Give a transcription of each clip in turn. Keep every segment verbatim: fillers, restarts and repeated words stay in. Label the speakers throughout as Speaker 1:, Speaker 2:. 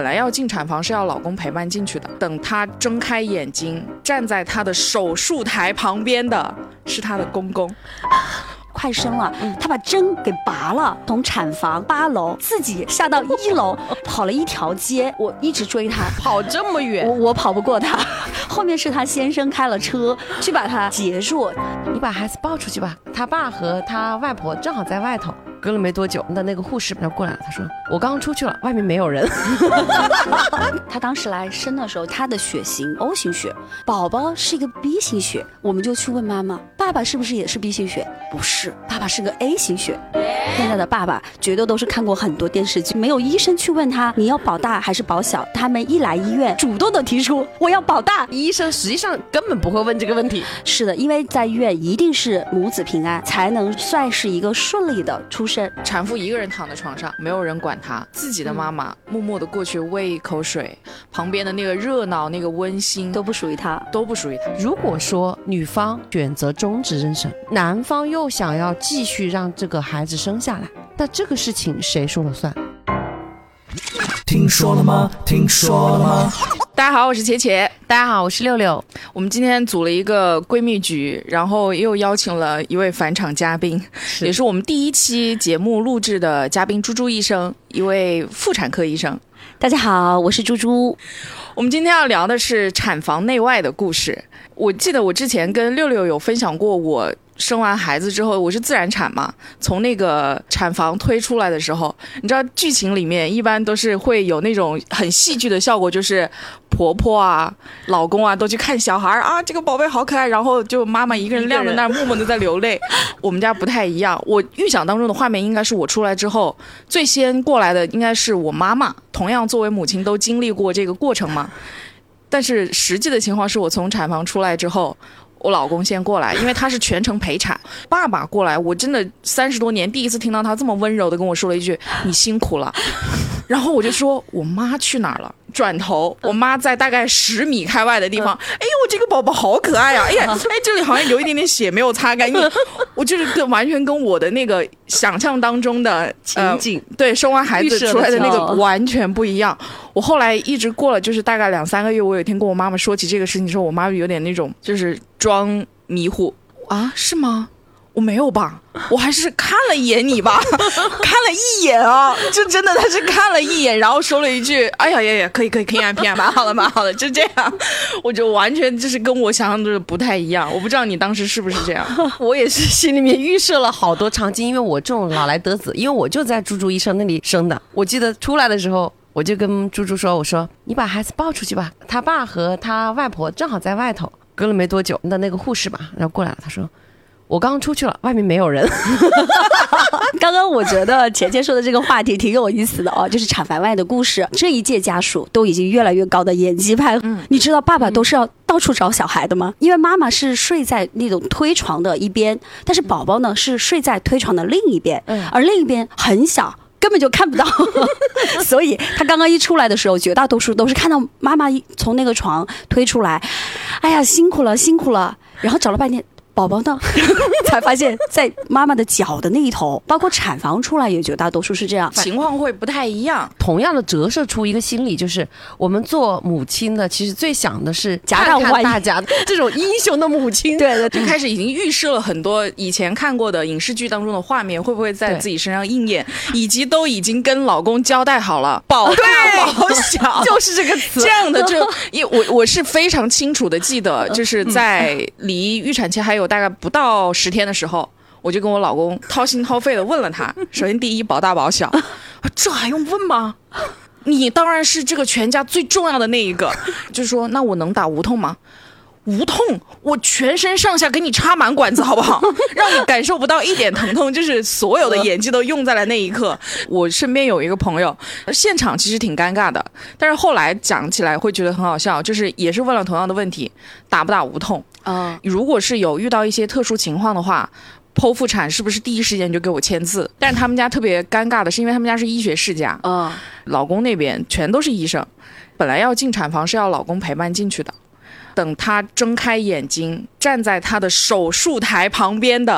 Speaker 1: 本来要进产房是要老公陪伴进去的，等她睁开眼睛，站在她的手术台旁边的是她的公公。
Speaker 2: 快生了，他把针给拔了，从产房八楼自己下到一楼，跑了一条街，我一直追他，
Speaker 3: 跑这么远，
Speaker 2: 我我跑不过他，后面是他先生开了车去把他截住。
Speaker 3: 你把孩子抱出去吧，他爸和他外婆正好在外头。隔了没多久，那那个护士要过来了，他说我刚刚出去了，外面没有人。
Speaker 2: 他当时来生的时候，他的血型 O 型血，宝宝是一个 B 型血，我们就去问妈妈，爸爸是不是也是 B 型血？不是，爸爸是个 A 型血。现在的爸爸绝对都是看过很多电视剧，没有医生去问他你要保大还是保小，他们一来医院主动的提出我要保大，
Speaker 3: 医生实际上根本不会问这个问题。
Speaker 2: 是的，因为在医院一定是母子平安，才能算是一个顺利的出生。
Speaker 1: 产妇一个人躺在床上，没有人管她，自己的妈妈默默的过去喂一口水，旁边的那个热闹那个温馨
Speaker 2: 都不属于她，
Speaker 1: 都不属于她。
Speaker 3: 如果说女方选择终止妊娠，男方又想要继续让这个孩子生下来，那这个事情谁说了算？
Speaker 4: 听说了吗？听说了吗？
Speaker 1: 大家好，我是茄茄。
Speaker 3: 大家好，我是六六。
Speaker 1: 我们今天组了一个闺蜜局，然后又邀请了一位返场嘉宾，是也是我们第一期节目录制的嘉宾猪猪医生，一位妇产科医生。
Speaker 2: 大家好，我是猪猪。
Speaker 1: 我们今天要聊的是产房内外的故事。我记得我之前跟六六有分享过，我生完孩子之后，我是自然产嘛，从那个产房推出来的时候，你知道剧情里面一般都是会有那种很戏剧的效果，就是婆婆啊老公啊都去看小孩啊，这个宝贝好可爱，然后就妈妈一个人晾在那儿默默的在流泪。我们家不太一样，我预想当中的画面应该是我出来之后最先过来的应该是我妈妈，同样作为母亲都经历过这个过程嘛。但是实际的情况是我从产房出来之后，我老公先过来，因为他是全程陪产。爸爸过来，我真的三十多年第一次听到他这么温柔的跟我说了一句你辛苦了。然后我就说我妈去哪儿了，转头我妈在大概十米开外的地方，哎呦这个宝宝好可爱啊，哎呀哎这里好像有一点点血没有擦干净。我就是跟完全跟我的那个想象当中的
Speaker 3: 情景、
Speaker 1: 呃、对生完孩子出来的那个完全不一样。我后来一直过了就是大概两三个月，我有一天跟我妈妈说起这个事情，说我妈有点那种就是装迷糊啊，是吗？我没有吧，我还是看了一眼你吧，看了一眼啊，就真的他是看了一眼，然后说了一句哎呀呀呀，可以可以可以安平安，蛮好的蛮好的，就这样。我就完全就是跟我想象的不太一样，我不知道你当时是不是这样。
Speaker 3: 我也是心里面预设了好多场景，因为我这种老来得子，因为我就在猪猪医生那里生的。我记得出来的时候我就跟猪猪说，我说你把孩子抱出去吧，他爸和他外婆正好在外头。隔了没多久，那那个护士吧然后过来了，他说我刚刚出去了，外面没有人。
Speaker 2: 刚刚我觉得茄茄说的这个话题挺有意思的哦，就是产房外的故事。这一届家属都已经越来越高的演技派，嗯，你知道爸爸都是要到处找小孩的吗？因为妈妈是睡在那种推床的一边，但是宝宝呢是睡在推床的另一边，嗯，而另一边很小，根本就看不到。所以他刚刚一出来的时候，绝大多数都是看到妈妈从那个床推出来，哎呀辛苦了辛苦了，然后找了半天宝宝呢才发现在妈妈的脚的那一头，包括产房出来也绝大多数是这样，
Speaker 1: 情况会不太一样。
Speaker 3: 同样的折射出一个心理，就是我们做母亲的其实最想的是
Speaker 2: 夹道欢迎
Speaker 3: 大家这种英雄的母亲。
Speaker 2: 对对对，
Speaker 1: 就开始已经预设了很多以前看过的影视剧当中的画面会不会在自己身上应验，以及都已经跟老公交代好了保大保小，
Speaker 3: 就是这个词。
Speaker 1: 这样的就我我是非常清楚的记得，就是在离预产期还有大概不到十天的时候，我就跟我老公掏心掏肺的问了他，首先第一保大保小，这还用问吗？你当然是这个全家最重要的那一个，就说那我能打无痛吗？无痛，我全身上下给你插满管子好不好，让你感受不到一点疼痛，就是所有的演技都用在了那一刻。我身边有一个朋友，现场其实挺尴尬的，但是后来讲起来会觉得很好笑，就是也是问了同样的问题，打不打无痛、哦、如果是有遇到一些特殊情况的话，剖腹产是不是第一时间就给我签字？但是他们家特别尴尬的是，因为他们家是医学世家、哦、老公那边全都是医生，本来要进产房是要老公陪伴进去的，等他睁开眼睛站在他的手术台旁边的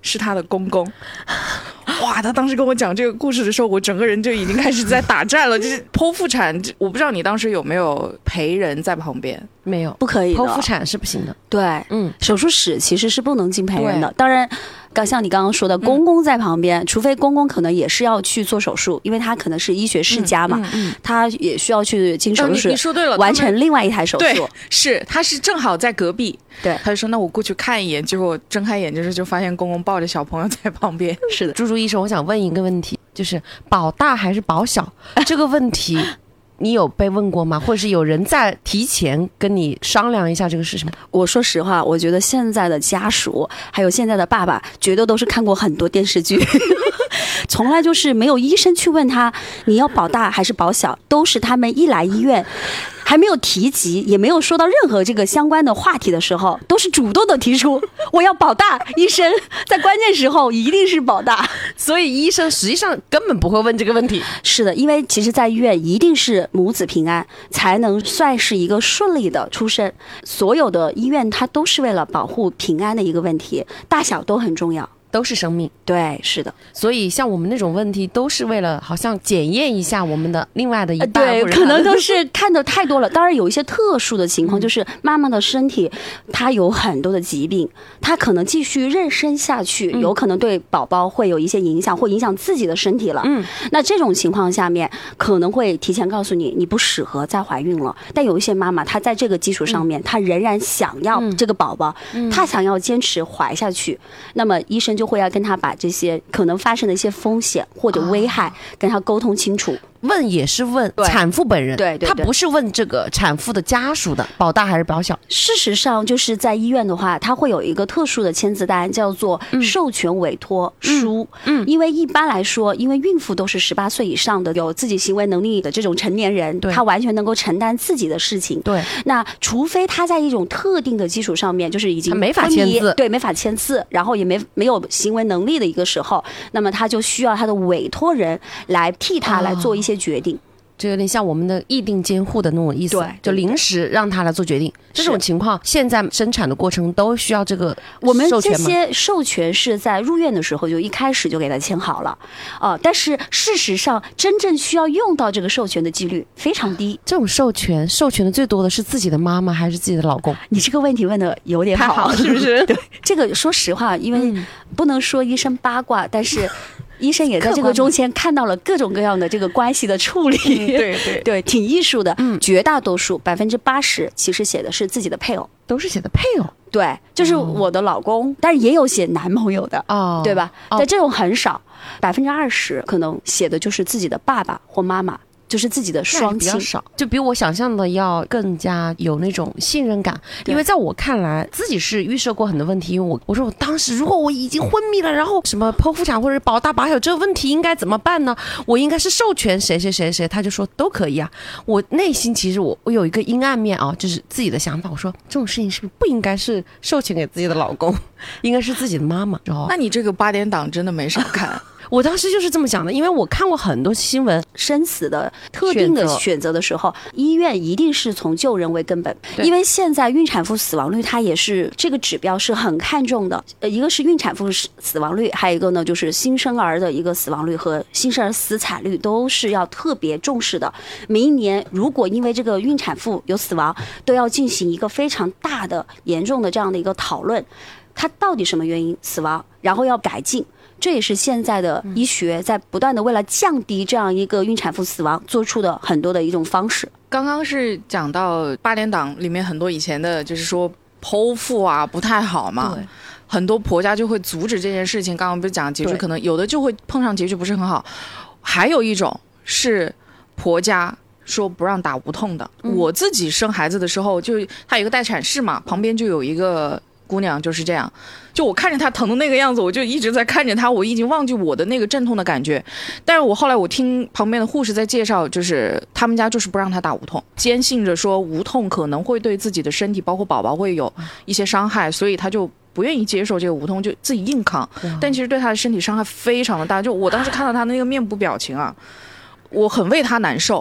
Speaker 1: 是她的公公。哇，他当时跟我讲这个故事的时候，我整个人就已经开始在打战了。就是剖腹产，我不知道你当时有没有陪人在旁边？
Speaker 3: 没有，
Speaker 2: 不可以的，
Speaker 3: 剖腹产是不行的。
Speaker 2: 对，
Speaker 3: 嗯，
Speaker 2: 手术室其实是不能进陪人的。当然，刚像你刚刚说的，公公在旁边，嗯、除非公公可能也是要去做手术，因为他可能是医学世家嘛，嗯嗯嗯、他也需要去进手术室、
Speaker 1: 哦、你, 你说对了，
Speaker 2: 完成另外一台手术。
Speaker 1: 对，是他是正好在隔壁。
Speaker 2: 对，
Speaker 1: 他就说那我过去看一眼，结果睁开眼就是就发现公公抱着小朋友在旁边。
Speaker 2: 是的，
Speaker 3: 猪猪医生，我想问一个问题，就是保大还是保小这个问题。你有被问过吗？或者是有人在提前跟你商量一下这个事情吗？
Speaker 2: 我说实话，我觉得现在的家属还有现在的爸爸，绝对都是看过很多电视剧，从来就是没有医生去问他你要保大还是保小，都是他们一来医院。还没有提及，也没有说到任何这个相关的话题的时候，都是主动的提出我要保大。医生在关键时候一定是保大，
Speaker 3: 所以医生实际上根本不会问这个问题。
Speaker 2: 是的，因为其实在医院一定是母子平安，才能算是一个顺利的出生。所有的医院它都是为了保护平安的一个问题，大小都很重要。
Speaker 3: 都是生命，
Speaker 2: 对，是的，
Speaker 3: 所以像我们那种问题，都是为了好像检验一下我们的另外的一半，
Speaker 2: 对，可能都是看的太多了。当然有一些特殊的情况，就是妈妈的身体她有很多的疾病，她可能继续妊娠下去，有可能对宝宝会有一些影响，或影响自己的身体了。嗯，那这种情况下面，可能会提前告诉你，你不适合再怀孕了。但有一些妈妈，她在这个基础上面，她仍然想要这个宝宝，她想要坚持怀下去，那么医生就就会要跟他把这些可能发生的一些风险或者危害、啊、跟他沟通清楚。
Speaker 3: 问也是问产妇本人，
Speaker 2: 对对对，
Speaker 3: 他不是问这个产妇的家属的保大还是保小。
Speaker 2: 事实上，就是在医院的话，他会有一个特殊的签字单，叫做授权委托书。嗯，嗯因为一般来说，因为孕妇都是十八岁以上的，有自己行为能力的这种成年人，他完全能够承担自己的事情。
Speaker 3: 对，
Speaker 2: 那除非他在一种特定的基础上面，就是已经
Speaker 3: 没法签字，
Speaker 2: 对，没法签字，然后也没没有行为能力的一个时候，那么他就需要他的委托人来替他来做一些决定。哦，
Speaker 3: 就有点像我们的议定监护的那种意思，
Speaker 2: 对，
Speaker 3: 就临时让他来做决定。这种情况，现在生产的过程都需要这个授权吗？
Speaker 2: 我们这些授权是在入院的时候就一开始就给他签好了，啊、呃，但是事实上真正需要用到这个授权的几率非常低。
Speaker 3: 这种授权，授权的最多的是自己的妈妈还是自己的老公？
Speaker 2: 你这个问题问的有点好，
Speaker 3: 好是不是？
Speaker 2: 对，这个说实话，因为不能说医生八卦，但是。医生也在这个中间看到了各种各样的这个关系的处理，
Speaker 3: 嗯、对对
Speaker 2: 对，挺艺术的。嗯，绝大多数百分之八十其实写的是自己的配偶，
Speaker 3: 都是写的配偶。
Speaker 2: 对，就是我的老公，哦、但是也有写男朋友的，哦，对吧？哦、但这种很少，百分之二十可能写的就是自己的爸爸或妈妈。就是自己的双亲，
Speaker 3: 比较少，就比我想象的要更加有那种信任感。因为在我看来，自己是预设过很多问题。因为我我说我当时如果我已经昏迷了，然后什么剖腹产或者保大保小这个问题应该怎么办呢？我应该是授权谁谁谁谁，他就说都可以啊。我内心其实我我有一个阴暗面啊，就是自己的想法。我说这种事情是不是不应该是授权给自己的老公，应该是自己的妈妈。
Speaker 1: 那你这个八点档真的没少看。
Speaker 3: 我当时就是这么想的，因为我看过很多新闻，
Speaker 2: 生死的特定的选择的时候，医院一定是从救人为根本。因为现在孕产妇死亡率它也是这个指标是很看重的，呃，一个是孕产妇死亡率，还有一个呢就是新生儿的一个死亡率和新生儿死产率都是要特别重视的。明年如果因为这个孕产妇有死亡，都要进行一个非常大的严重的这样的一个讨论，它到底什么原因死亡，然后要改进。这也是现在的医学在不断的为了降低这样一个孕产妇死亡做出的很多的一种方式。
Speaker 1: 刚刚是讲到八点档里面很多以前的就是说剖腹啊不太好嘛，很多婆家就会阻止这件事情。刚刚不是讲结局可能有的就会碰上结局不是很好，还有一种是婆家说不让打无痛的、嗯、我自己生孩子的时候就他有一个待产室嘛，旁边就有一个姑娘就是这样，就我看着她疼的那个样子，我就一直在看着她，我已经忘记我的那个阵痛的感觉。但是我后来我听旁边的护士在介绍，就是他们家就是不让她打无痛，坚信着说无痛可能会对自己的身体包括宝宝会有一些伤害，所以她就不愿意接受这个无痛，就自己硬扛。但其实对她的身体伤害非常的大，就我当时看到她那个面部表情啊，我很为她难受。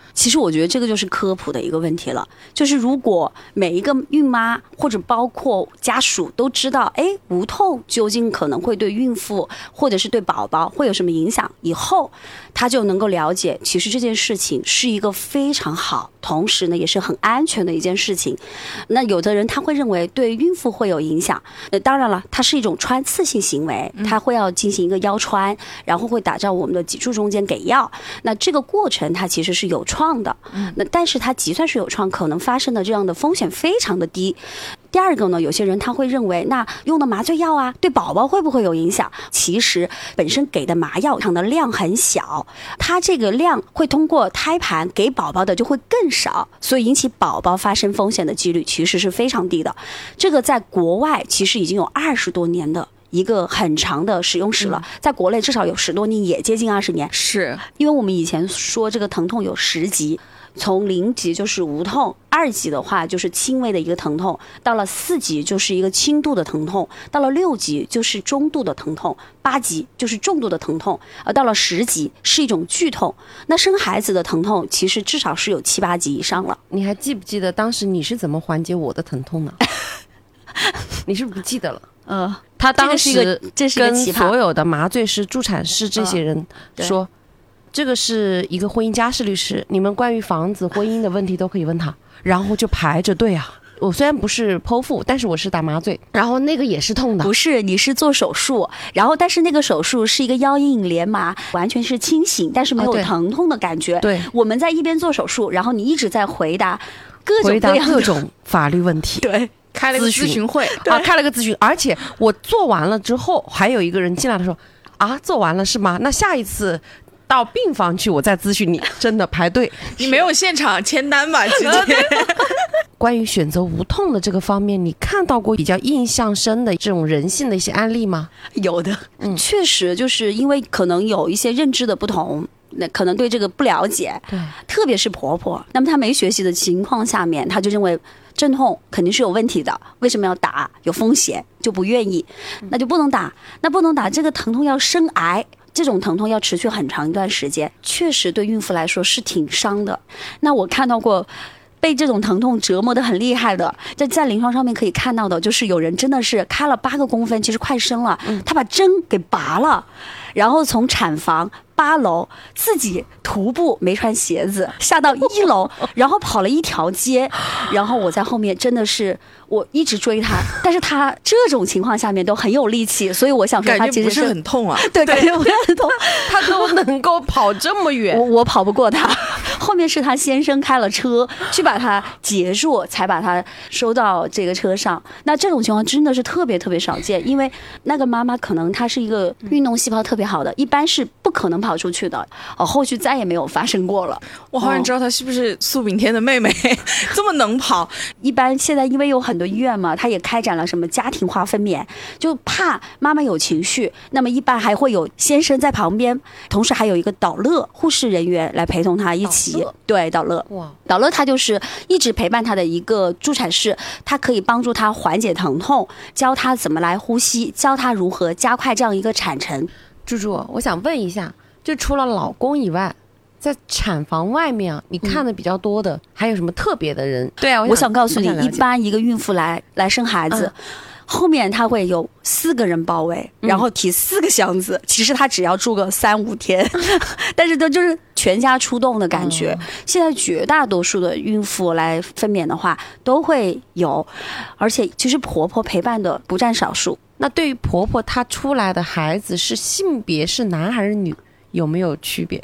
Speaker 2: 其实我觉得这个就是科普的一个问题了，就是如果每一个孕妈或者包括家属都知道，哎，无痛究竟可能会对孕妇或者是对宝宝会有什么影响，以后他就能够了解，其实这件事情是一个非常好，同时呢也是很安全的一件事情。那有的人他会认为对孕妇会有影响，呃，当然了，它是一种穿刺性行为，它会要进行一个腰穿，然后会打到我们的脊柱中间给药，那这个过程它其实是有创的，那但是它即算是有创，可能发生的这样的风险非常的低。第二个呢，有些人他会认为，那用的麻醉药啊，对宝宝会不会有影响？其实本身给的麻药它的量很小，它这个量会通过胎盘给宝宝的就会更少，所以引起宝宝发生风险的几率其实是非常低的。这个在国外其实已经有二十多年的一个很长的使用史了，在国内至少有十多年，也接近二十年。
Speaker 1: 是
Speaker 2: 因为我们以前说这个疼痛有十级，从零级就是无痛，二级的话就是轻微的一个疼痛，到了四级就是一个轻度的疼痛，到了六级就是中度的疼痛，八级就是重度的疼痛，而到了十级是一种剧痛。那生孩子的疼痛其实至少是有七八级以上了。
Speaker 3: 你还记不记得当时你是怎么缓解我的疼痛呢？你是不是不记得了？
Speaker 2: 呃，
Speaker 3: 他当时
Speaker 2: 这是一个
Speaker 3: 跟
Speaker 2: 奇葩
Speaker 3: 所有的麻醉师、助产士这些人说，这个是一个婚姻家事律师，你们关于房子、婚姻的问题都可以问他。然后就排着队啊。我虽然不是剖腹，但是我是打麻醉，然后那个也是痛的。
Speaker 2: 不是，你是做手术，然后但是那个手术是一个腰阴连麻，完全是清醒，但是没有疼痛的感觉。
Speaker 3: 哦、对，
Speaker 2: 我们在一边做手术，然后你一直在回答各种各样的
Speaker 3: 各种法律问题。
Speaker 2: 对。
Speaker 1: 开了个咨询会
Speaker 3: 啊，开了个咨询，而且我做完了之后，还有一个人进来，他说：“啊，做完了是吗？那下一次到病房去，我再咨询你。”真的排队，
Speaker 1: 你没有现场签单吧？直接。
Speaker 3: 关于选择无痛的这个方面，你看到过比较印象深的这种人性的一些案例吗？
Speaker 2: 有的，嗯，确实就是因为可能有一些认知的不同。那可能对这个不了解，
Speaker 3: 对，
Speaker 2: 特别是婆婆，那么她没学习的情况下面，她就认为阵痛肯定是有问题的，为什么要打？有风险，就不愿意，那就不能打，那不能打，这个疼痛要生癌，这种疼痛要持续很长一段时间，确实对孕妇来说是挺伤的。那我看到过被这种疼痛折磨得很厉害的，在在临床上面可以看到的，就是有人真的是开了八个公分，其实快生了，他把针给拔了，然后从产房八楼自己徒步没穿鞋子下到一楼，然后跑了一条街，然后我在后面真的是我一直追他，但是他这种情况下面都很有力气，所以我想说他其实
Speaker 1: 是很痛啊，
Speaker 2: 对，感觉不是很痛，
Speaker 3: 他都能够跑这么远，
Speaker 2: 我我跑不过他。后面是他先生开了车去把他结住，才把他收到这个车上。那这种情况真的是特别特别少见，因为那个妈妈可能她是一个运动细胞特别好的，一般是不可能跑出去的。哦，后续再也没有发生过了。
Speaker 1: 我好想知道她是不是苏炳添的妹妹，这么能跑。
Speaker 2: 一般现在因为有很多医院嘛，他也开展了什么家庭化分娩，就怕妈妈有情绪，那么一般还会有先生在旁边，同时还有一个导乐护士人员来陪同他一起。对，导乐，哇，导乐他就是一直陪伴他的一个助产士，他可以帮助他缓解疼痛，教他怎么来呼吸，教他如何加快这样一个产程。
Speaker 3: 猪猪，我想问一下，就除了老公以外，在产房外面啊，你看的比较多的、嗯、还有什么特别的人？对啊，
Speaker 2: 我想, 我想告诉你，一般一个孕妇来来生孩子、嗯，后面他会有四个人包围，然后提四个箱子、嗯、其实他只要住个三五天但是都就是全家出动的感觉、嗯、现在绝大多数的孕妇来分娩的话都会有，而且其实婆婆陪伴的不占少数。
Speaker 3: 那对于婆婆她出来的孩子是性别是男还是女，有没有区别？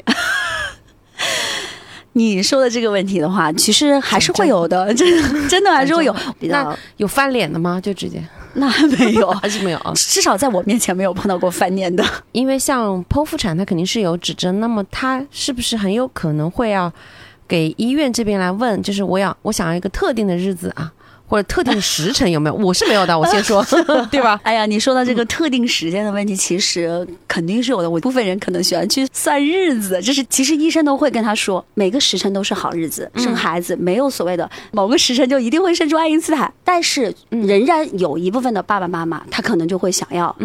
Speaker 2: 你说的这个问题的话，其实还是会有的，真的真的还是会有。
Speaker 3: 那有翻脸的吗？就直接
Speaker 2: 那没有，
Speaker 3: 还是没有啊？
Speaker 2: 至少在我面前没有碰到过翻脸的。
Speaker 3: 因为像剖腹产，它肯定是有指针，那么它是不是很有可能会要给医院这边来问，就是我要我想要一个特定的日子啊，或者特定时辰有没有？我是没有的，我先说，对吧？
Speaker 2: 哎呀，你说到这个特定时间的问题，其实肯定是有的。我部分人可能喜欢去算日子，这是其实医生都会跟他说，每个时辰都是好日子，生孩子没有所谓的某个时辰就一定会生出爱因斯坦。但是仍然有一部分的爸爸妈妈，他可能就会想要有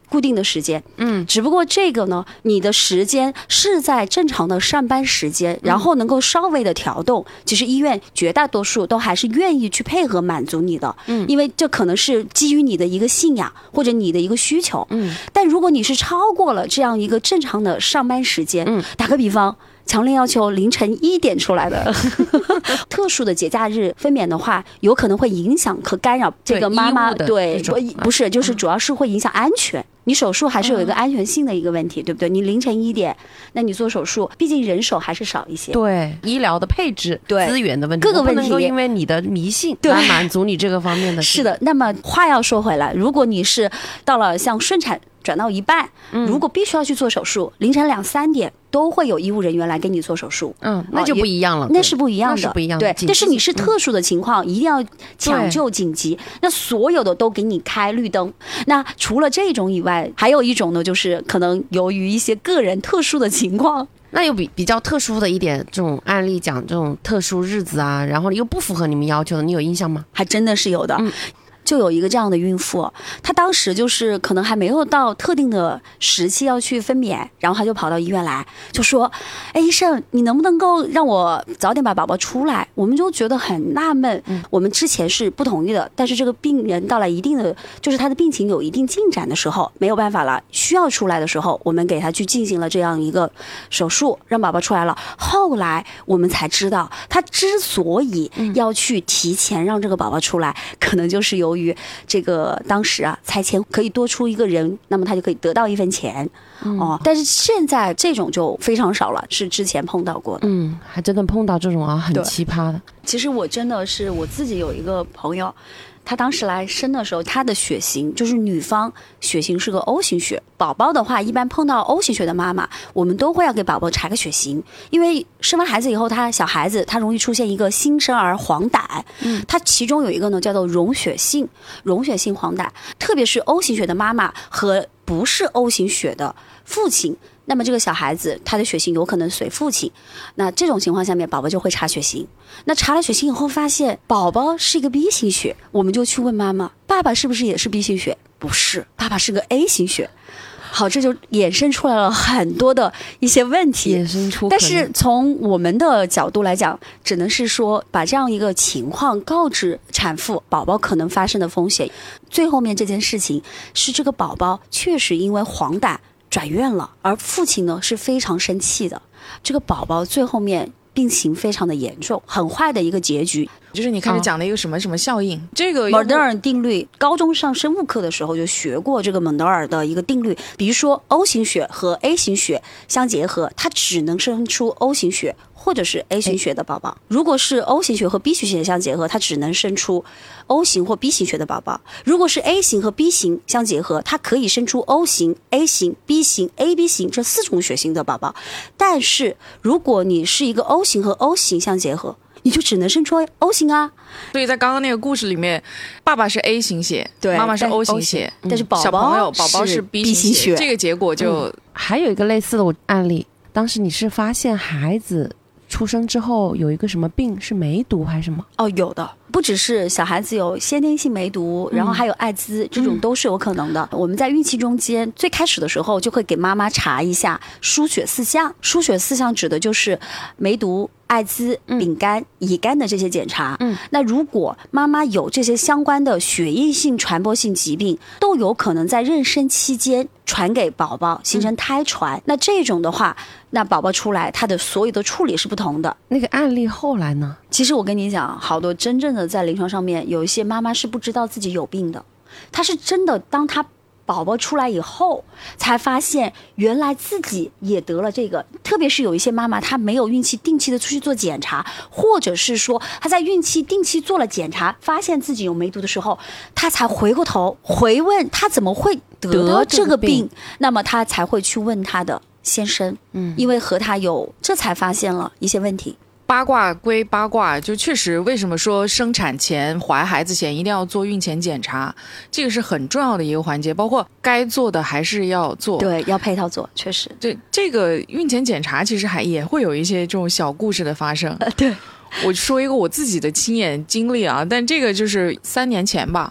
Speaker 2: 固定的时间，
Speaker 3: 嗯，
Speaker 2: 只不过这个呢，你的时间是在正常的上班时间，然后能够稍微的调动，其实医院绝大多数都还是愿意去配合满足你的，嗯，因为这可能是基于你的一个信仰或者你的一个需求，嗯，但如果你是超过了这样一个正常的上班时间，嗯，打个比方。强烈要求凌晨一点出来的特殊的节假日分娩的话，有可能会影响和干扰这个妈妈，对，不不是，就是主要是会影响安全。你手术还是有一个安全性的一个问题，对不对？你凌晨一点，那你做手术，毕竟人手还是少一些。
Speaker 3: 对，医疗的配置、
Speaker 2: 对
Speaker 3: 资源的问题，
Speaker 2: 各个问题
Speaker 3: 不能够因为你的迷信来满足你这个方面的。
Speaker 2: 是的，那么话要说回来，如果你是到了像顺产转到一半，如果必须要去做手术，凌晨两三点都会有医务人员来给你做手术。
Speaker 3: 嗯，那就不一样了，
Speaker 2: 那是不一样的，
Speaker 3: 那是不一样的。
Speaker 2: 对，但是你是特殊的情况，一定要抢救紧急，那所有的都给你开绿灯。那除了这种以外，还有一种呢，就是可能由于一些个人特殊的情况。
Speaker 3: 那有比比较特殊的一点这种案例，讲这种特殊日子啊，然后又不符合你们要求的，你有印象吗？
Speaker 2: 还真的是有的。嗯，就有一个这样的孕妇，她当时就是可能还没有到特定的时期要去分娩，然后她就跑到医院来，就说：“哎，医生，你能不能够让我早点把宝宝出来？”我们就觉得很纳闷，嗯、我们之前是不同意的，但是这个病人到了一定的，就是他的病情有一定进展的时候，没有办法了，需要出来的时候，我们给他去进行了这样一个手术，让宝宝出来了。后来我们才知道，他之所以要去提前让这个宝宝出来，嗯、可能就是由于这个当时啊，拆迁可以多出一个人，那么他就可以得到一分钱，嗯、哦。但是现在这种就非常少了，是之前碰到过的。
Speaker 3: 嗯，还真的碰到这种啊，很奇葩的。
Speaker 2: 其实我真的是我自己有一个朋友。她当时来生的时候，她的血型就是女方血型是个 O 型血。宝宝的话，一般碰到 O 型血的妈妈，我们都会要给宝宝查个血型，因为生完孩子以后，他小孩子他容易出现一个新生儿黄疸，嗯，它其中有一个呢叫做溶血性溶血性黄疸，特别是 O 型血的妈妈和不是 O 型血的父亲。那么这个小孩子他的血型有可能随父亲，那这种情况下面宝宝就会查血型，那查了血型以后发现宝宝是一个 B 型血，我们就去问妈妈，爸爸是不是也是 B 型血？不是，爸爸是个 A 型血。好，这就衍生出来了很多的一些问题，
Speaker 3: 衍生出。
Speaker 2: 但是从我们的角度来讲，只能是说把这样一个情况告知产妇，宝宝可能发生的风险。最后面这件事情是这个宝宝确实因为黄疸转院了，而父亲呢是非常生气的，这个宝宝最后面病情非常的严重，很坏的一个结局。
Speaker 1: 就是你开始讲的一个什么什么效应，哦、这个
Speaker 2: 蒙德尔定律，高中上生物课的时候就学过这个蒙德尔的一个定律。比如说 O 型血和 A 型血相结合，它只能生出 O 型血或者是 A 型血的宝宝。如果是 O 型血和 B 型血相结合，它只能生出 O 型或 B 型血的宝宝。如果是 A 型和 B 型相结合，它可以生出 O 型、A 型、B 型、A B 型这四种血型的宝宝。但是如果你是一个 O 型和 O 型相结合，你就只能生出 O 型啊。
Speaker 1: 所以在刚刚那个故事里面，爸爸是 A 型血，
Speaker 2: 对，
Speaker 1: 妈妈是 O 型血，
Speaker 2: 嗯、但是宝宝
Speaker 1: 小朋友宝宝是 B 型血，这个结果就、
Speaker 3: 嗯、还有一个类似的案例，当时你是发现孩子出生之后有一个什么病，是梅毒还是什么？
Speaker 2: 哦，有的，不只是小孩子有先天性梅毒，然后还有艾滋，嗯、这种都是有可能的。嗯、我们在孕期中间最开始的时候，就会给妈妈查一下输血四项。输血四项指的就是梅毒、艾滋、丙肝、乙肝的这些检查。嗯，那如果妈妈有这些相关的血液性传播性疾病，都有可能在妊娠期间传给宝宝，形成胎传。嗯、那这种的话，那宝宝出来，他的所有的处理是不同的。
Speaker 3: 那个案例后来呢？
Speaker 2: 其实我跟你讲，好多真正的在临床上面，有一些妈妈是不知道自己有病的，她是真的当她宝宝出来以后才发现原来自己也得了这个。特别是有一些妈妈她没有孕期定期的出去做检查，或者是说她在孕期定期做了检查发现自己有梅毒的时候，她才回过头回问她怎么会得这个病，那么她才会去问她的先生，嗯，因为和她有，这才发现了一些问题。
Speaker 1: 八卦归八卦，就确实为什么说生产前怀孩子前一定要做孕前检查，这个是很重要的一个环节，包括该做的还是要做，
Speaker 2: 对，要配套做，确实。
Speaker 1: 对，这个孕前检查其实还也会有一些这种小故事的发生。
Speaker 2: 呃，对，
Speaker 1: 我说一个我自己的亲眼经历啊，但这个就是三年前吧，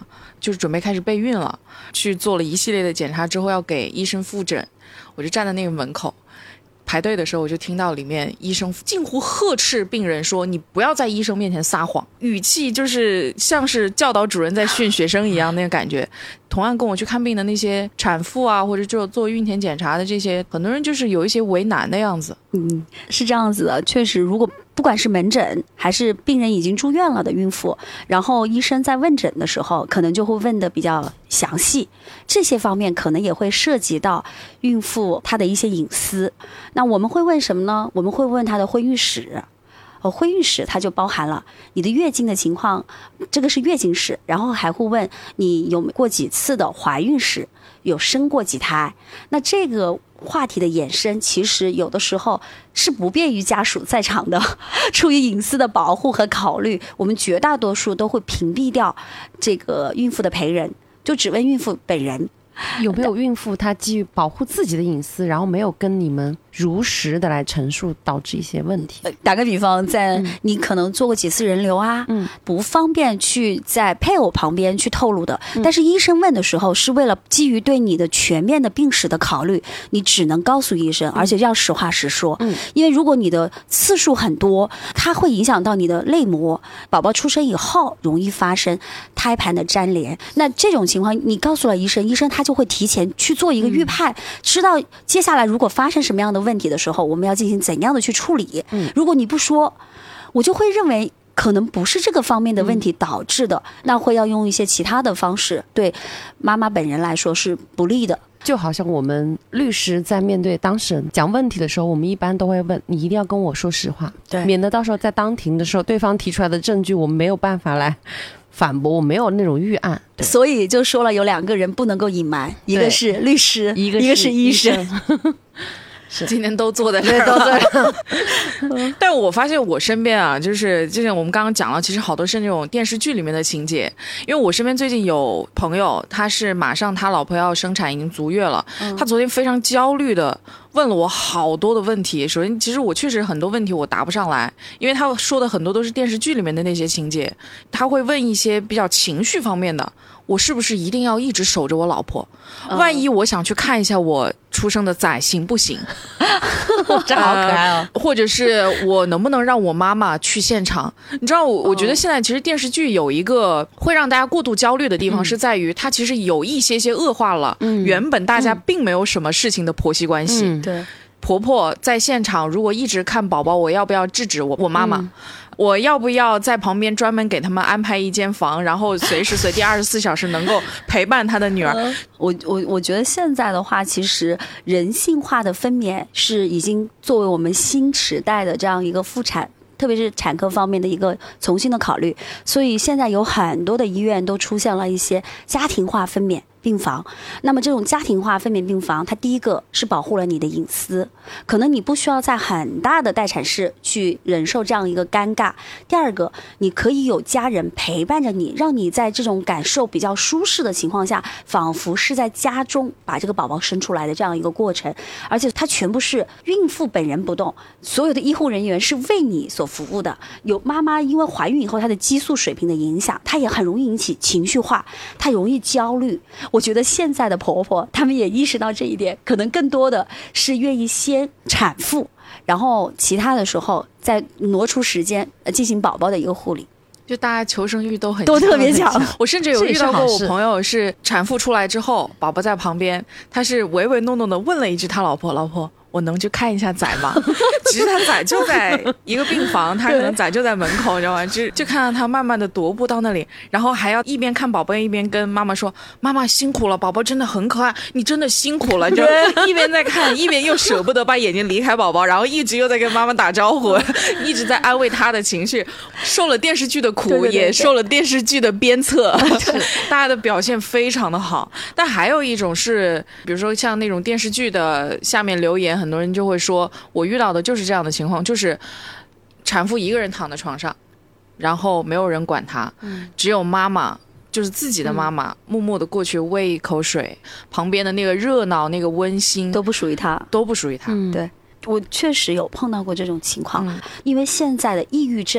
Speaker 1: 就是准备开始备孕了，去做了一系列的检查之后要给医生复诊，我就站在那个门口排队的时候，我就听到里面医生近乎呵斥病人说：“你不要在医生面前撒谎。”语气就是像是教导主任在训学生一样那个感觉。同样跟我去看病的那些产妇啊，或者就做孕前检查的这些，很多人就是有一些为难的样子。
Speaker 2: 嗯，是这样子的，确实，如果不管是门诊还是病人已经住院了的孕妇，然后医生在问诊的时候，可能就会问的比较详细，这些方面可能也会涉及到孕妇她的一些隐私。那我们会问什么呢？我们会问她的婚育史。呃，婚育史它就包含了你的月经的情况，这个是月经史，然后还会问你有过几次的怀孕史，有生过几胎。那这个话题的衍生，其实有的时候是不便于家属在场的，出于隐私的保护和考虑，我们绝大多数都会屏蔽掉这个孕妇的陪人，就只问孕妇本人。
Speaker 3: 有没有孕妇她基于保护自己的隐私，然后没有跟你们如实的来陈述，导致一些问题？
Speaker 2: 打个比方，在你可能做过几次人流啊，嗯，不方便去在配偶旁边去透露的，嗯，但是医生问的时候是为了基于对你的全面的病史的考虑，你只能告诉医生，而且要实话实说。嗯，因为如果你的次数很多，它会影响到你的内膜，宝宝出生以后容易发生胎盘的粘连。那这种情况，你告诉了医生，医生他就会提前去做一个预判，嗯，知道接下来如果发生什么样的问题的时候，我们要进行怎样的去处理。嗯，如果你不说，我就会认为可能不是这个方面的问题导致的，嗯，那会要用一些其他的方式，对妈妈本人来说是不利的。
Speaker 3: 就好像我们律师在面对当事人讲问题的时候，我们一般都会问你一定要跟我说实话，对，免得到时候在当庭的时候，对方提出来的证据我们没有办法来反驳，我没有那种预案。
Speaker 2: 所以就说了有两个人不能够隐瞒，一个是律师，
Speaker 3: 一个
Speaker 2: 是, 一个是医生。
Speaker 1: 是今天都坐在这儿了。但我发现我身边啊，就是就像我们刚刚讲了，其实好多是那种电视剧里面的情节。因为我身边最近有朋友，他是马上他老婆要生产，已经足月了，嗯，他昨天非常焦虑的问了我好多的问题。首先，其实我确实很多问题我答不上来，因为他说的很多都是电视剧里面的那些情节。他会问一些比较情绪方面的，我是不是一定要一直守着我老婆？万一我想去看一下我出生的崽行不行？
Speaker 3: 这好可爱哦！
Speaker 1: 呃、或者是我能不能让我妈妈去现场？你知道我，我觉得现在其实电视剧有一个会让大家过度焦虑的地方，是在于它其实有一些些恶化了，嗯，原本大家并没有什么事情的婆媳关系。
Speaker 2: 嗯，对。
Speaker 1: 婆婆在现场如果一直看宝宝，我要不要制止我我妈妈？嗯，我要不要在旁边专门给他们安排一间房，然后随时随地二十四小时能够陪伴他的女儿？
Speaker 2: 我我我觉得现在的话，其实人性化的分娩是已经作为我们新时代的这样一个妇产，特别是产科方面的一个重新的考虑。所以现在有很多的医院都出现了一些家庭化分娩病房。那么这种家庭化分娩病房，它第一个是保护了你的隐私，可能你不需要在很大的待产室去忍受这样一个尴尬。第二个，你可以有家人陪伴着你，让你在这种感受比较舒适的情况下，仿佛是在家中把这个宝宝生出来的这样一个过程。而且它全部是孕妇本人不动，所有的医护人员是为你所服务的。有妈妈因为怀孕以后她的激素水平的影响，她也很容易引起情绪化，她容易焦虑。我觉得现在的婆婆她们也意识到这一点，可能更多的是愿意先产妇，然后其他的时候再挪出时间进行宝宝的一个护理。
Speaker 1: 就大家求生欲都很
Speaker 2: 都特别强。
Speaker 1: 我甚至有遇到过我朋友是产妇出来之后，宝宝在旁边，他是唯唯诺诺的问了一句他老婆：“老婆，我能去看一下崽吗？”其实他崽就在一个病房，他可能崽就在门口，你知道吗？就就看到他慢慢的踱步到那里，然后还要一边看宝宝一边跟妈妈说：“妈妈辛苦了，宝宝真的很可爱，你真的辛苦了。”就一边在看，一边又舍不得把眼睛离开宝宝，然后一直又在跟妈妈打招呼，一直在安慰他的情绪，受了电视剧的苦，对对对对，也受了电视剧的鞭策，大家的表现非常的好。但还有一种是，比如说像那种电视剧的下面留言，很多人就会说，我遇到的就是这样的情况，就是产妇一个人躺在床上，然后没有人管她，嗯，只有妈妈，就是自己的妈妈，嗯，默默的过去喂一口水，旁边的那个热闹，那个温馨
Speaker 2: 都不属于她，
Speaker 1: 都不属于她。
Speaker 2: 嗯，对。我确实有碰到过这种情况，嗯，因为现在的抑郁症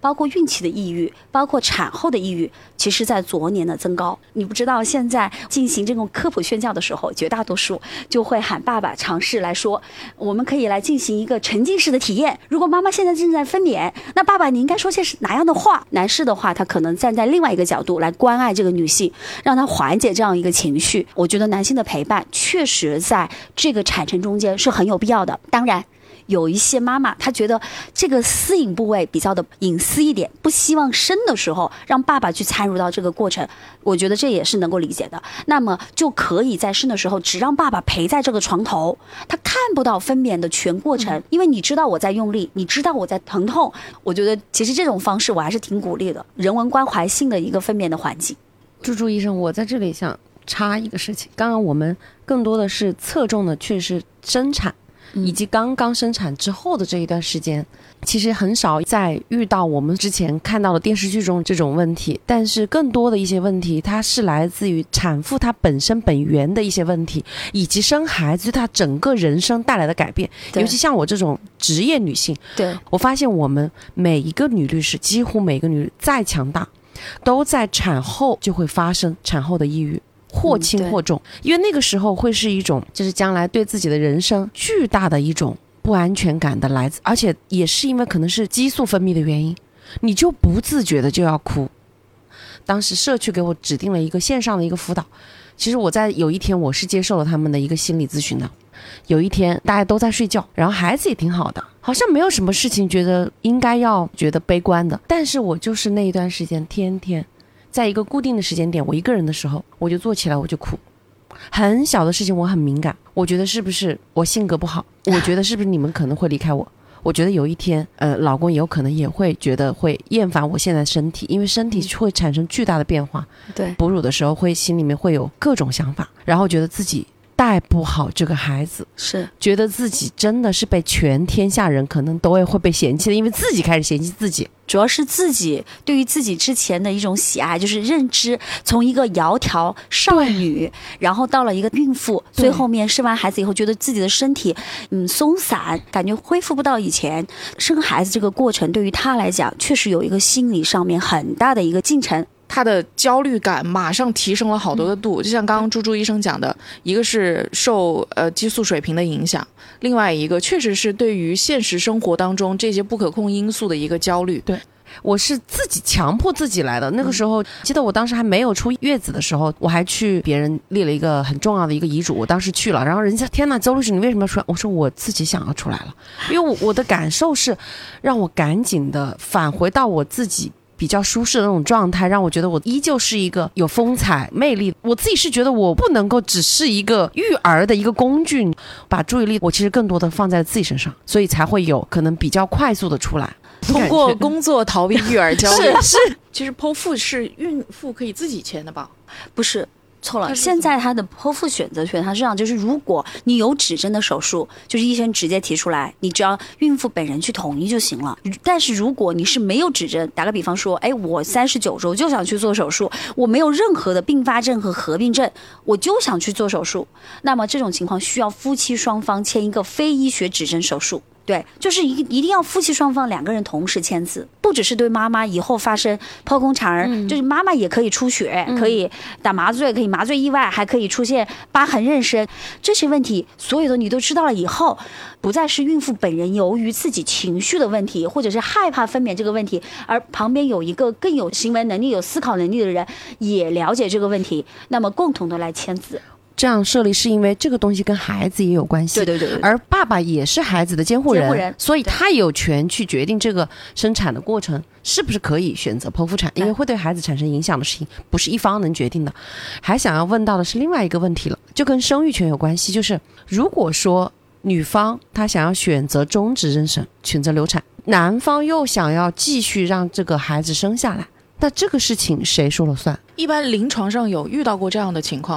Speaker 2: 包括孕期的抑郁，包括产后的抑郁，其实在昨年的增高。你不知道现在进行这种科普宣教的时候，绝大多数就会喊爸爸尝试来说，我们可以来进行一个沉浸式的体验。如果妈妈现在正在分娩，那爸爸你应该说些哪样的话？男士的话，他可能站在另外一个角度来关爱这个女性，让她缓解这样一个情绪。我觉得男性的陪伴确实在这个产程中间是很有必要的。当然有一些妈妈她觉得这个私隐部位比较的隐私一点，不希望生的时候让爸爸去参与到这个过程，我觉得这也是能够理解的。那么就可以在生的时候只让爸爸陪在这个床头，他看不到分娩的全过程，因为你知道我在用力，你知道我在疼痛。我觉得其实这种方式我还是挺鼓励的，人文关怀性的一个分娩的环境。
Speaker 3: 朱朱医生，我在这里想插一个事情，刚刚我们更多的是侧重的却是生产以及刚刚生产之后的这一段时间，其实很少在遇到我们之前看到的电视剧中这种问题，但是更多的一些问题它是来自于产妇她本身本源的一些问题，以及生孩子对她整个人生带来的改变。尤其像我这种职业女性，
Speaker 2: 对，
Speaker 3: 我发现我们每一个女律师，几乎每个女再强大都在产后就会发生产后的抑郁，或轻或重、嗯、因为那个时候会是一种就是将来对自己的人生巨大的一种不安全感的来自，而且也是因为可能是激素分泌的原因，你就不自觉的就要哭。当时社区给我指定了一个线上的一个辅导，其实我在有一天我是接受了他们的一个心理咨询的，有一天大家都在睡觉，然后孩子也挺好的，好像没有什么事情觉得应该要觉得悲观的，但是我就是那一段时间天天在一个固定的时间点，我一个人的时候我就坐起来我就哭，很小的事情我很敏感，我觉得是不是我性格不好，我觉得是不是你们可能会离开我，我觉得有一天呃，老公也有可能也会觉得会厌烦我现在的身体，因为身体会产生巨大的变化，
Speaker 2: 对，
Speaker 3: 哺乳的时候会心里面会有各种想法，然后觉得自己带不好这个孩子，
Speaker 2: 是
Speaker 3: 觉得自己真的是被全天下人可能都会会被嫌弃的，因为自己开始嫌弃自己，
Speaker 2: 主要是自己对于自己之前的一种喜爱，就是认知从一个窈窕少女，然后到了一个孕妇，最后面生完孩子以后觉得自己的身体嗯松散，感觉恢复不到以前。生孩子这个过程对于她来讲确实有一个心理上面很大的一个进程，
Speaker 1: 他的焦虑感马上提升了好多个度、嗯、就像刚刚朱朱医生讲的，一个是受呃激素水平的影响，另外一个确实是对于现实生活当中这些不可控因素的一个焦虑。
Speaker 3: 对，我是自己强迫自己来的。那个时候、嗯、记得我当时还没有出月子的时候，我还去别人立了一个很重要的一个遗嘱，我当时去了，然后人家天哪，周律师你为什么要出来？我说我自己想要出来了，因为我我的感受是让我赶紧的返回到我自己比较舒适的那种状态，让我觉得我依旧是一个有风采魅力，我自己是觉得我不能够只是一个育儿的一个工具，把注意力我其实更多的放在自己身上，所以才会有可能比较快速的出来，
Speaker 1: 通过工作逃避育儿焦虑。
Speaker 3: 是是，
Speaker 1: 其实剖腹是孕妇可以自己签的吧？
Speaker 2: 不是，错了。现在他的剖腹选择权，它是这样，就是如果你有指针的手术，就是医生直接提出来，你只要孕妇本人去同意就行了。但是如果你是没有指针，打个比方说，哎，我三十九周就想去做手术，我没有任何的并发症和合并症，我就想去做手术，那么这种情况需要夫妻双方签一个非医学指针手术。对，就是一一定要夫妻双方两个人同时签字，不只是对妈妈以后发生剖宫产儿、嗯、就是妈妈也可以出血、嗯、可以打麻醉，可以麻醉意外，还可以出现疤痕妊娠，这些问题所有的你都知道了以后，不再是孕妇本人由于自己情绪的问题或者是害怕分娩这个问题，而旁边有一个更有行为能力有思考能力的人也了解这个问题，那么共同的来签字。
Speaker 3: 这样设立是因为这个东西跟孩子也有关系，
Speaker 2: 对对 对, 对, 对，
Speaker 3: 而爸爸也是孩子的监护 人, 监护人，所以他有权去决定这个生产的过程是不是可以选择剖腹产，因为会对孩子产生影响的事情不是一方能决定的。还想要问到的是另外一个问题了，就跟生育权有关系，就是如果说女方她想要选择终止妊娠选择流产，男方又想要继续让这个孩子生下来，那这个事情谁说了算？
Speaker 1: 一般临床上有遇到过这样的情况吗？
Speaker 2: 它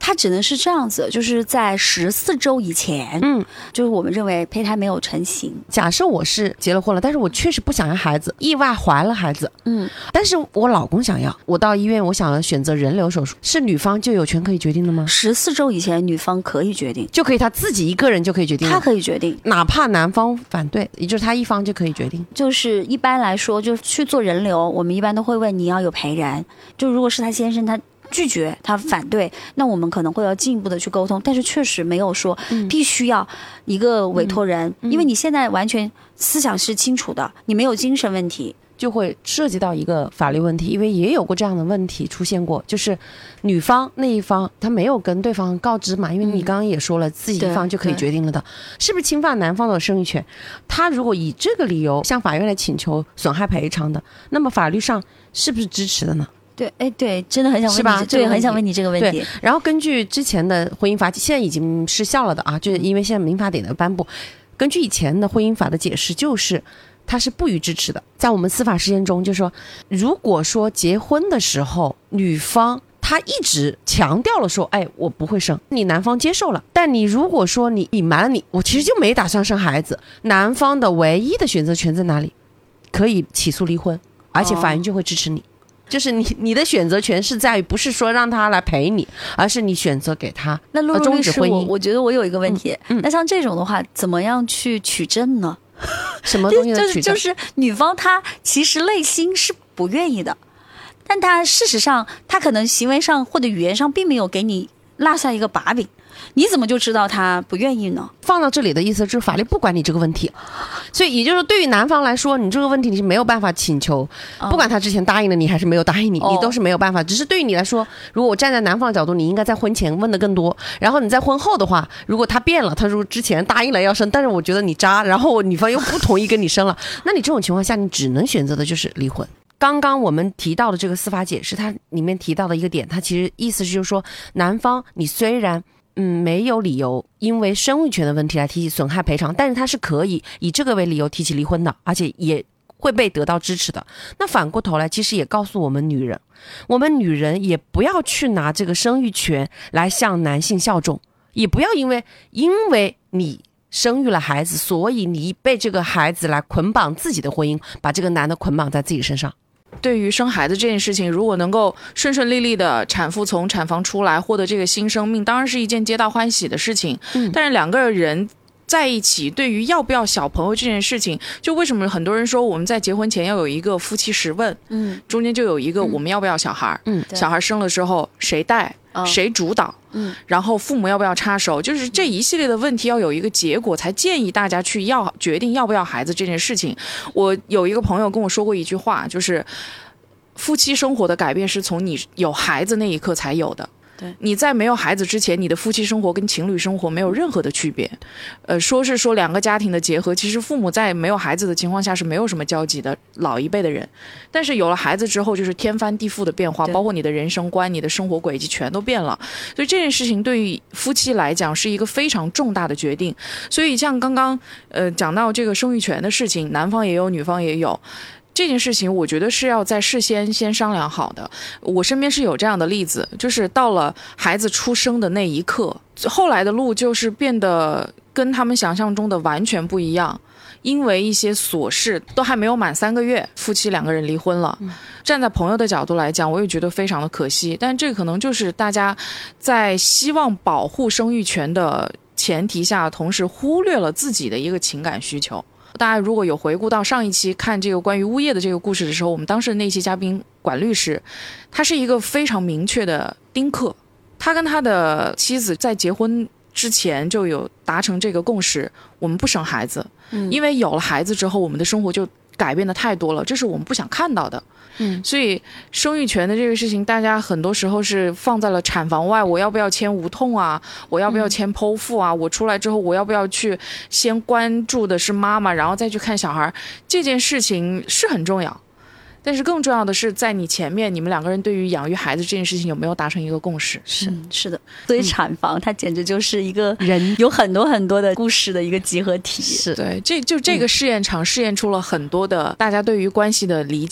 Speaker 2: 它只能是这样子，就是在十四周以前，
Speaker 3: 嗯，
Speaker 2: 就是我们认为胚胎没有成型。
Speaker 3: 假设我是结了婚了，但是我确实不想要孩子，意外怀了孩子，
Speaker 2: 嗯，
Speaker 3: 但是我老公想要，我到医院我想要选择人流手术，是女方就有权可以决定的吗？
Speaker 2: 十四周以前，女方可以决定，
Speaker 3: 就可以他自己一个人就可以决定了，
Speaker 2: 她可以决定，
Speaker 3: 哪怕男方反对，也就是他一方就可以决定。
Speaker 2: 就是一般来说，就是去做人流，我们一般都会问你要有陪人，就如果是他先生他拒绝他反对，那我们可能会要进一步的去沟通，但是确实没有说必须要一个委托人，嗯嗯、因为你现在完全思想是清楚的，你没有精神问题，
Speaker 3: 就会涉及到一个法律问题，因为也有过这样的问题出现过，就是女方那一方他没有跟对方告知嘛，因为你刚刚也说了、嗯、自己一方就可以决定了的，是不是侵犯男方的生育权？他如果以这个理由向法院来请求损害赔偿的，那么法律上是不是支持的呢？
Speaker 2: 对，哎，对，真的很想问你，
Speaker 3: 是吧？
Speaker 2: 对，很想问你这个问题。
Speaker 3: 然后根据之前的婚姻法，现在已经失效了的啊，就是因为现在民法典的颁布，根据以前的婚姻法的解释，就是它是不予支持的。在我们司法实践中，就说如果说结婚的时候，女方她一直强调了说，哎，我不会生，你男方接受了，但你如果说你隐瞒了你，我其实就没打算生孩子，男方的唯一的选择权在哪里？可以起诉离婚，而且法院就会支持你。哦，就是你你的选择权是在于不是说让他来陪你，而是你选择给他
Speaker 2: 那露露
Speaker 3: 终止婚姻。
Speaker 2: 我我觉得我有一个问题，
Speaker 3: 嗯嗯、
Speaker 2: 那像这种的话，怎么样去取证呢？
Speaker 3: 什么东西的取证？
Speaker 2: 就是就是女方她其实内心是不愿意的，但她事实上她可能行为上或者语言上并没有给你落下一个把柄。你怎么就知道他不愿意呢？
Speaker 3: 放到这里的意思就是法律不管你这个问题，所以也就是说对于男方来说，你这个问题你是没有办法请求，不管他之前答应了你还是没有答应你，你都是没有办法。只是对于你来说，如果我站在男方的角度，你应该在婚前问的更多，然后你在婚后的话，如果他变了，他说之前答应了要生，但是我觉得你渣，然后女方又不同意跟你生了，那你这种情况下你只能选择的就是离婚。刚刚我们提到的这个司法解释，它里面提到的一个点，它其实意思是就是说，男方你虽然嗯，没有理由因为生育权的问题来提起损害赔偿，但是他是可以以这个为理由提起离婚的，而且也会被得到支持的。那反过头来，其实也告诉我们女人，我们女人也不要去拿这个生育权来向男性效忠，也不要因为因为你生育了孩子，所以你被这个孩子来捆绑自己的婚姻，把这个男的捆绑在自己身上。
Speaker 1: 对于生孩子这件事情，如果能够顺顺利利的产妇从产房出来，获得这个新生命，当然是一件皆大欢喜的事情。嗯，但是两个人在一起，对于要不要小朋友这件事情，就为什么很多人说我们在结婚前要有一个夫妻十问，嗯，中间就有一个我们要不要小孩，嗯，小孩生了之后谁带，哦、谁主导，嗯，然后父母要不要插手，就是这一系列的问题要有一个结果，才建议大家去要决定要不要孩子这件事情。我有一个朋友跟我说过一句话，就是夫妻生活的改变是从你有孩子那一刻才有的。对，你在没有孩子之前，你的夫妻生活跟情侣生活没有任何的区别。呃，说是说两个家庭的结合，其实父母在没有孩子的情况下是没有什么交集的，老一辈的人。但是有了孩子之后，就是天翻地覆的变化，包括你的人生观、你的生活轨迹全都变了。所以这件事情对于夫妻来讲是一个非常重大的决定。所以像刚刚呃讲到这个生育权的事情，男方也有，女方也有。这件事情我觉得是要在事先先商量好的。我身边是有这样的例子，就是到了孩子出生的那一刻，后来的路就是变得跟他们想象中的完全不一样，因为一些琐事，都还没有满三个月，夫妻两个人离婚了。嗯，站在朋友的角度来讲，我也觉得非常的可惜，但这可能就是大家在希望保护生育权的前提下，同时忽略了自己的一个情感需求。大家如果有回顾到上一期看这个关于物业的这个故事的时候，我们当时的那期嘉宾管律师，他是一个非常明确的丁克，他跟他的妻子在结婚之前就有达成这个共识，我们不生孩子，嗯，因为有了孩子之后，我们的生活就改变的太多了，这是我们不想看到的。嗯，所以生育权的这个事情，大家很多时候是放在了产房外，我要不要签无痛啊？我要不要签剖腹啊？我出来之后，我要不要去先关注的是妈妈，然后再去看小孩？这件事情是很重要，但是更重要的是，在你前面，你们两个人对于养育孩子这件事情有没有达成一个共识？
Speaker 2: 是、嗯、是的，所以产房它简直就是一个人有很多很多的故事的一个集合体。
Speaker 3: 是，
Speaker 1: 对，这就这个试验场试验出了很多的大家对于关系的理解。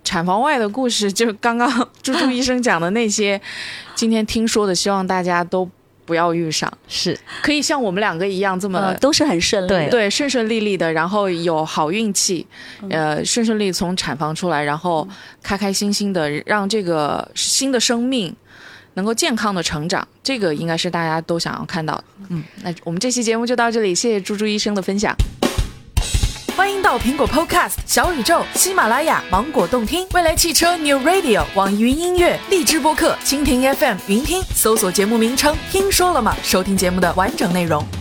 Speaker 1: 产房外的故事，就刚刚猪猪医生讲的那些，今天听说的，希望大家都不要遇上，
Speaker 3: 是
Speaker 1: 可以像我们两个一样这么、
Speaker 2: 呃、都是很顺利的，
Speaker 3: 对
Speaker 1: 对，顺顺利利的，然后有好运气，呃，顺顺利从产房出来，然后开开心心的让这个新的生命能够健康的成长，这个应该是大家都想要看到的。嗯，那我们这期节目就到这里，谢谢猪猪医生的分享。
Speaker 5: 欢迎到苹果 Podcast、小宇宙、喜马拉雅、芒果动听、未来汽车 New Radio、网易云音乐、荔枝播客、蜻蜓 F M、云听，搜索节目名称“听说了吗”，收听节目的完整内容。